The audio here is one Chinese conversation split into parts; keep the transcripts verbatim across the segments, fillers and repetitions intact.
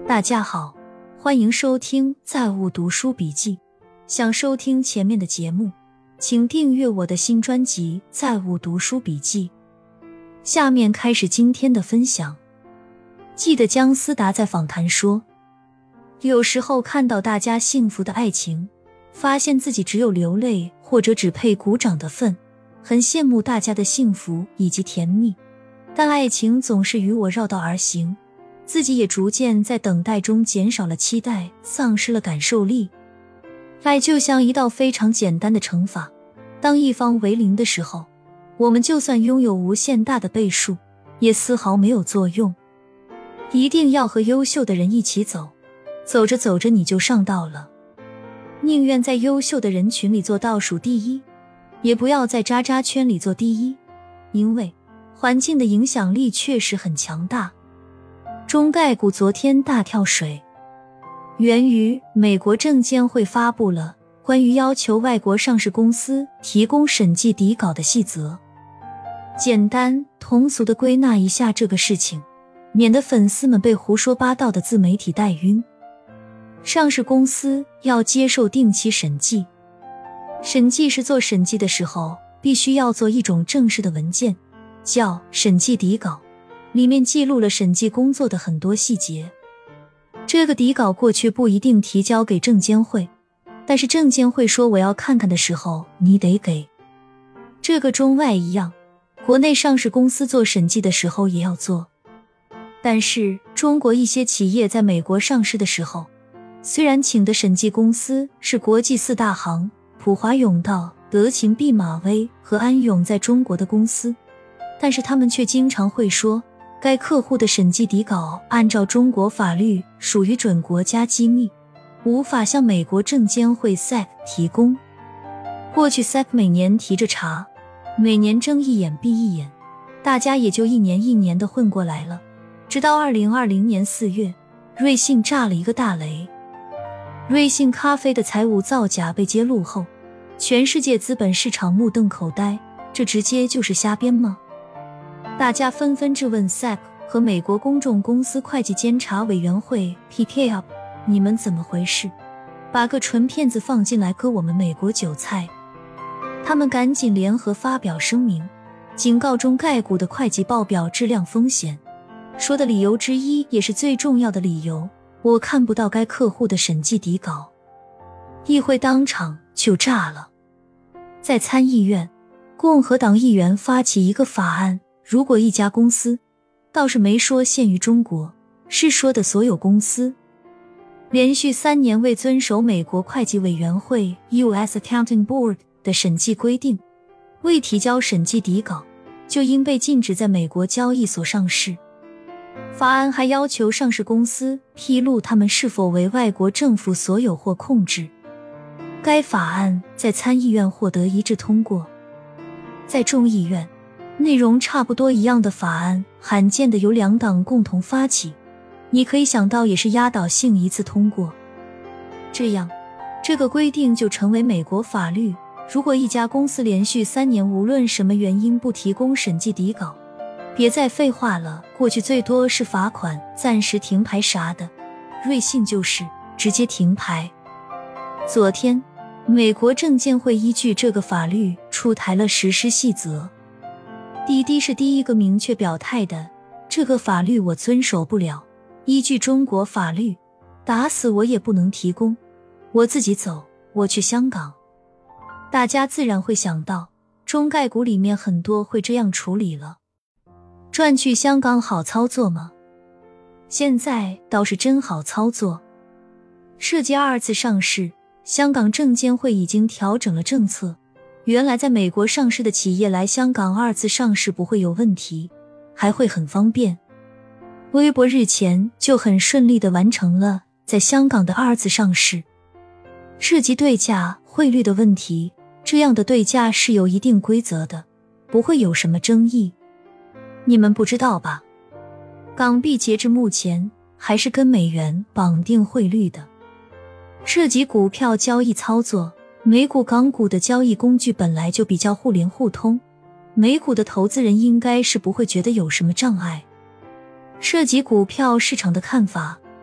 大家好，欢迎收听在物读书笔记。想收听前面的节目，请订阅我的新专辑在物读书笔记。下面开始今天的分享。记得姜思达在访谈说，有时候看到大家幸福的爱情，发现自己只有流泪或者只配鼓掌的份，很羡慕大家的幸福以及甜蜜，但爱情总是与我绕道而行，自己也逐渐在等待中减少了期待，丧失了感受力。爱就像一道非常简单的乘法，当一方为零的时候，我们就算拥有无限大的倍数，也丝毫没有作用。一定要和优秀的人一起走，走着走着你就上道了。宁愿在优秀的人群里做倒数第一，也不要在渣渣圈里做第一，因为环境的影响力确实很强大。中概股昨天大跳水，源于美国证监会发布了关于要求外国上市公司提供审计底稿的细则。简单通俗地归纳一下这个事情，免得粉丝们被胡说八道的自媒体带晕。上市公司要接受定期审计，审计是做审计的时候必须要做一种正式的文件，叫审计底稿，里面记录了审计工作的很多细节。这个底稿过去不一定提交给证监会，但是证监会说我要看看的时候你得给。这个中外一样，国内上市公司做审计的时候也要做。但是中国一些企业在美国上市的时候，虽然请的审计公司是国际四大行、普华永道、德勤毕马威和安永在中国的公司，但是他们却经常会说该客户的审计底稿按照中国法律属于准国家机密，无法向美国证监会 S E C 提供。过去 S E C 每年提着查，每年睁一眼闭一眼，大家也就一年一年的混过来了。直到二零二零年四月，瑞幸炸了一个大雷。瑞幸咖啡的财务造假被揭露后，全世界资本市场目瞪口呆，这直接就是瞎编吗？大家纷纷质问 S E C 和美国公众公司会计监察委员会 P K up， 你们怎么回事？把个纯骗子放进来割我们美国韭菜。他们赶紧联合发表声明，警告中概股的会计报表质量风险。说的理由之一也是最重要的理由，我看不到该客户的审计底稿。议会当场就炸了。在参议院，共和党议员发起一个法案，如果一家公司，倒是没说限于中国，是说的所有公司，连续三年未遵守美国会计委员会 U S Accounting Board 的审计规定，未提交审计底稿，就应被禁止在美国交易所上市。法案还要求上市公司披露他们是否为外国政府所有或控制。该法案在参议院获得一致通过。在众议院，内容差不多一样的法案罕见的由两党共同发起，你可以想到也是压倒性一次通过。这样，这个规定就成为美国法律，如果一家公司连续三年无论什么原因不提供审计底稿，别再废话了，过去最多是罚款、暂时停牌啥的，瑞幸就是直接停牌。昨天，美国证监会依据这个法律出台了实施细则。滴滴是第一个明确表态的，这个法律我遵守不了，依据中国法律，打死我也不能提供，我自己走，我去香港。大家自然会想到，中概股里面很多会这样处理了。赚去香港好操作吗？现在倒是真好操作。涉及二次上市，香港证监会已经调整了政策，原来在美国上市的企业来香港二次上市不会有问题，还会很方便。微博日前就很顺利地完成了在香港的二次上市。涉及对价、汇率的问题，这样的对价是有一定规则的，不会有什么争议。你们不知道吧？港币截至目前还是跟美元绑定汇率的。涉及股票交易操作，美股港股的交易工具本来就比较互联互通，美股的投资人应该是不会觉得有什么障碍。涉及股票市场的看法，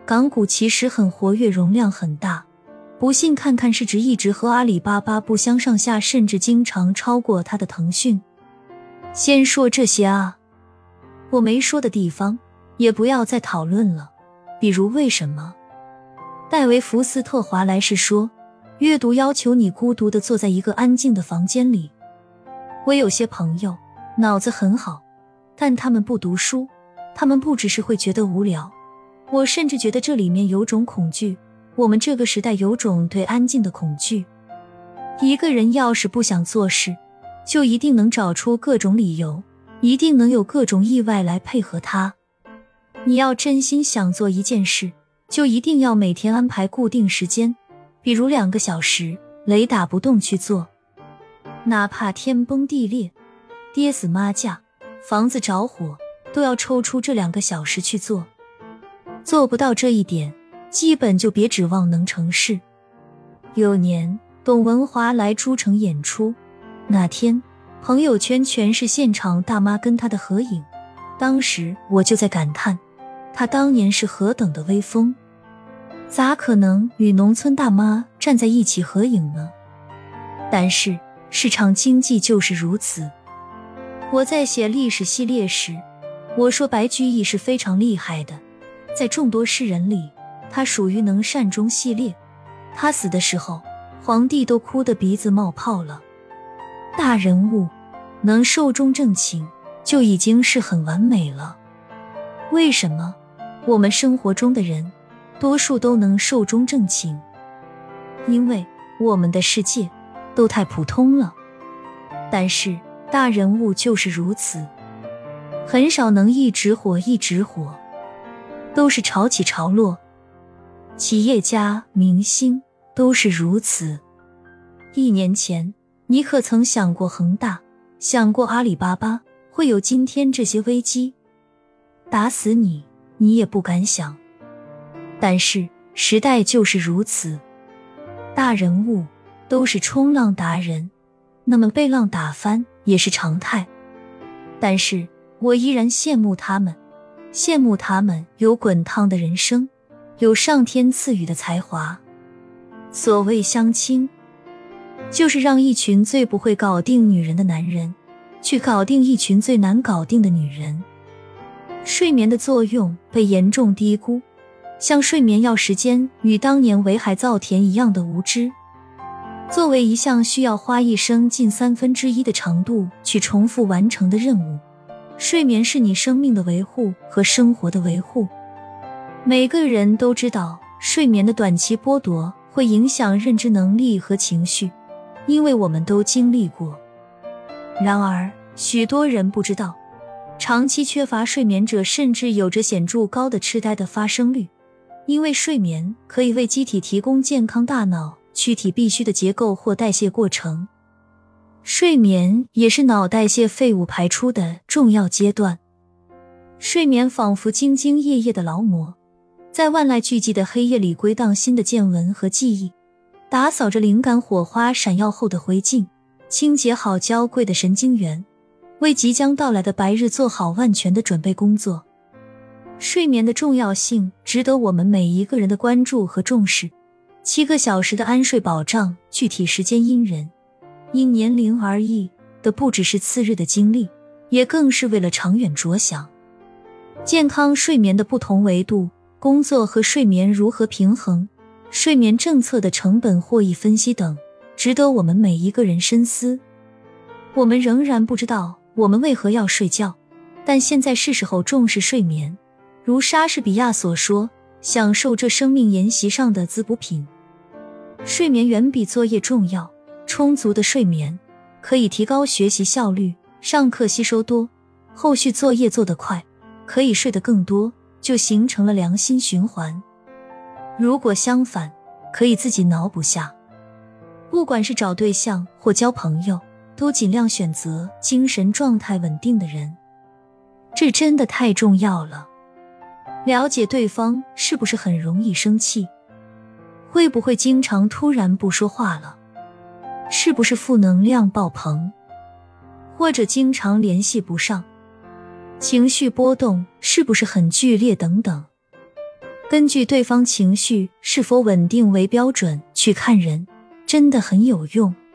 港股其实很活跃，容量很大，不信看看市值一直和阿里巴巴不相上下，甚至经常超过它的腾讯。先说这些啊，我没说的地方也不要再讨论了，比如为什么戴维·福斯特华莱士说，阅读要求你孤独地坐在一个安静的房间里。我有些朋友脑子很好，但他们不读书，他们不只是会觉得无聊，我甚至觉得这里面有种恐惧，我们这个时代有种对安静的恐惧。一个人要是不想做事，就一定能找出各种理由，一定能有各种意外来配合他。你要真心想做一件事，就一定要每天安排固定时间，比如两个小时，雷打不动去做。哪怕天崩地裂，爹死妈嫁，房子着火，都要抽出这两个小时去做。做不到这一点，基本就别指望能成事。有年董文华来诸城演出，那天朋友圈全是现场大妈跟他的合影，当时我就在感叹，他当年是何等的威风，咋可能与农村大妈站在一起合影呢？但是市场经济就是如此。我在写历史系列时，我说白居易是非常厉害的，在众多诗人里，他属于能善终系列。他死的时候，皇帝都哭得鼻子冒泡了。大人物能寿终正寝，就已经是很完美了。为什么我们生活中的人多数都能寿终正寝？因为我们的世界都太普通了。但是大人物就是如此，很少能一直火一直火，都是潮起潮落。企业家、明星都是如此。一年前，你可曾想过恒大，想过阿里巴巴会有今天这些危机？打死你，你也不敢想。但是时代就是如此，大人物都是冲浪达人，那么被浪打翻也是常态。但是我依然羡慕他们，羡慕他们有滚烫的人生，有上天赐予的才华。所谓相亲，就是让一群最不会搞定女人的男人，去搞定一群最难搞定的女人。睡眠的作用被严重低估，像睡眠要时间与当年围海造田一样的无知。作为一项需要花一生近三分之一的长度去重复完成的任务，睡眠是你生命的维护和生活的维护。每个人都知道，睡眠的短期剥夺会影响认知能力和情绪，因为我们都经历过。然而，许多人不知道，长期缺乏睡眠者甚至有着显著高的痴呆的发生率，因为睡眠可以为机体提供健康大脑躯体必须的结构或代谢过程。睡眠也是脑代谢废物排出的重要阶段。睡眠仿佛兢兢业业的劳模，在万籁俱寂的黑夜里归档新的见闻和记忆，打扫着灵感火花闪耀后的灰烬，清洁好娇贵的神经元，为即将到来的白日做好万全的准备工作。睡眠的重要性值得我们每一个人的关注和重视。七个小时的安睡保障，具体时间因人因年龄而异的不只是次日的精力，也更是为了长远着想。健康睡眠的不同维度，工作和睡眠如何平衡，睡眠政策的成本获益分析等，值得我们每一个人深思。我们仍然不知道我们为何要睡觉，但现在是时候重视睡眠。如莎士比亚所说，享受这生命筵席上的滋补品。睡眠远比作业重要，充足的睡眠可以提高学习效率，上课吸收多，后续作业做得快，可以睡得更多，就形成了良心循环。如果相反，可以自己脑补下。不管是找对象或交朋友，都尽量选择精神状态稳定的人，这真的太重要了。了解对方是不是很容易生气，会不会经常突然不说话了，是不是负能量爆棚，或者经常联系不上，情绪波动是不是很剧烈等等。 根据对方情绪是否稳定为标准去看人，真的很有用。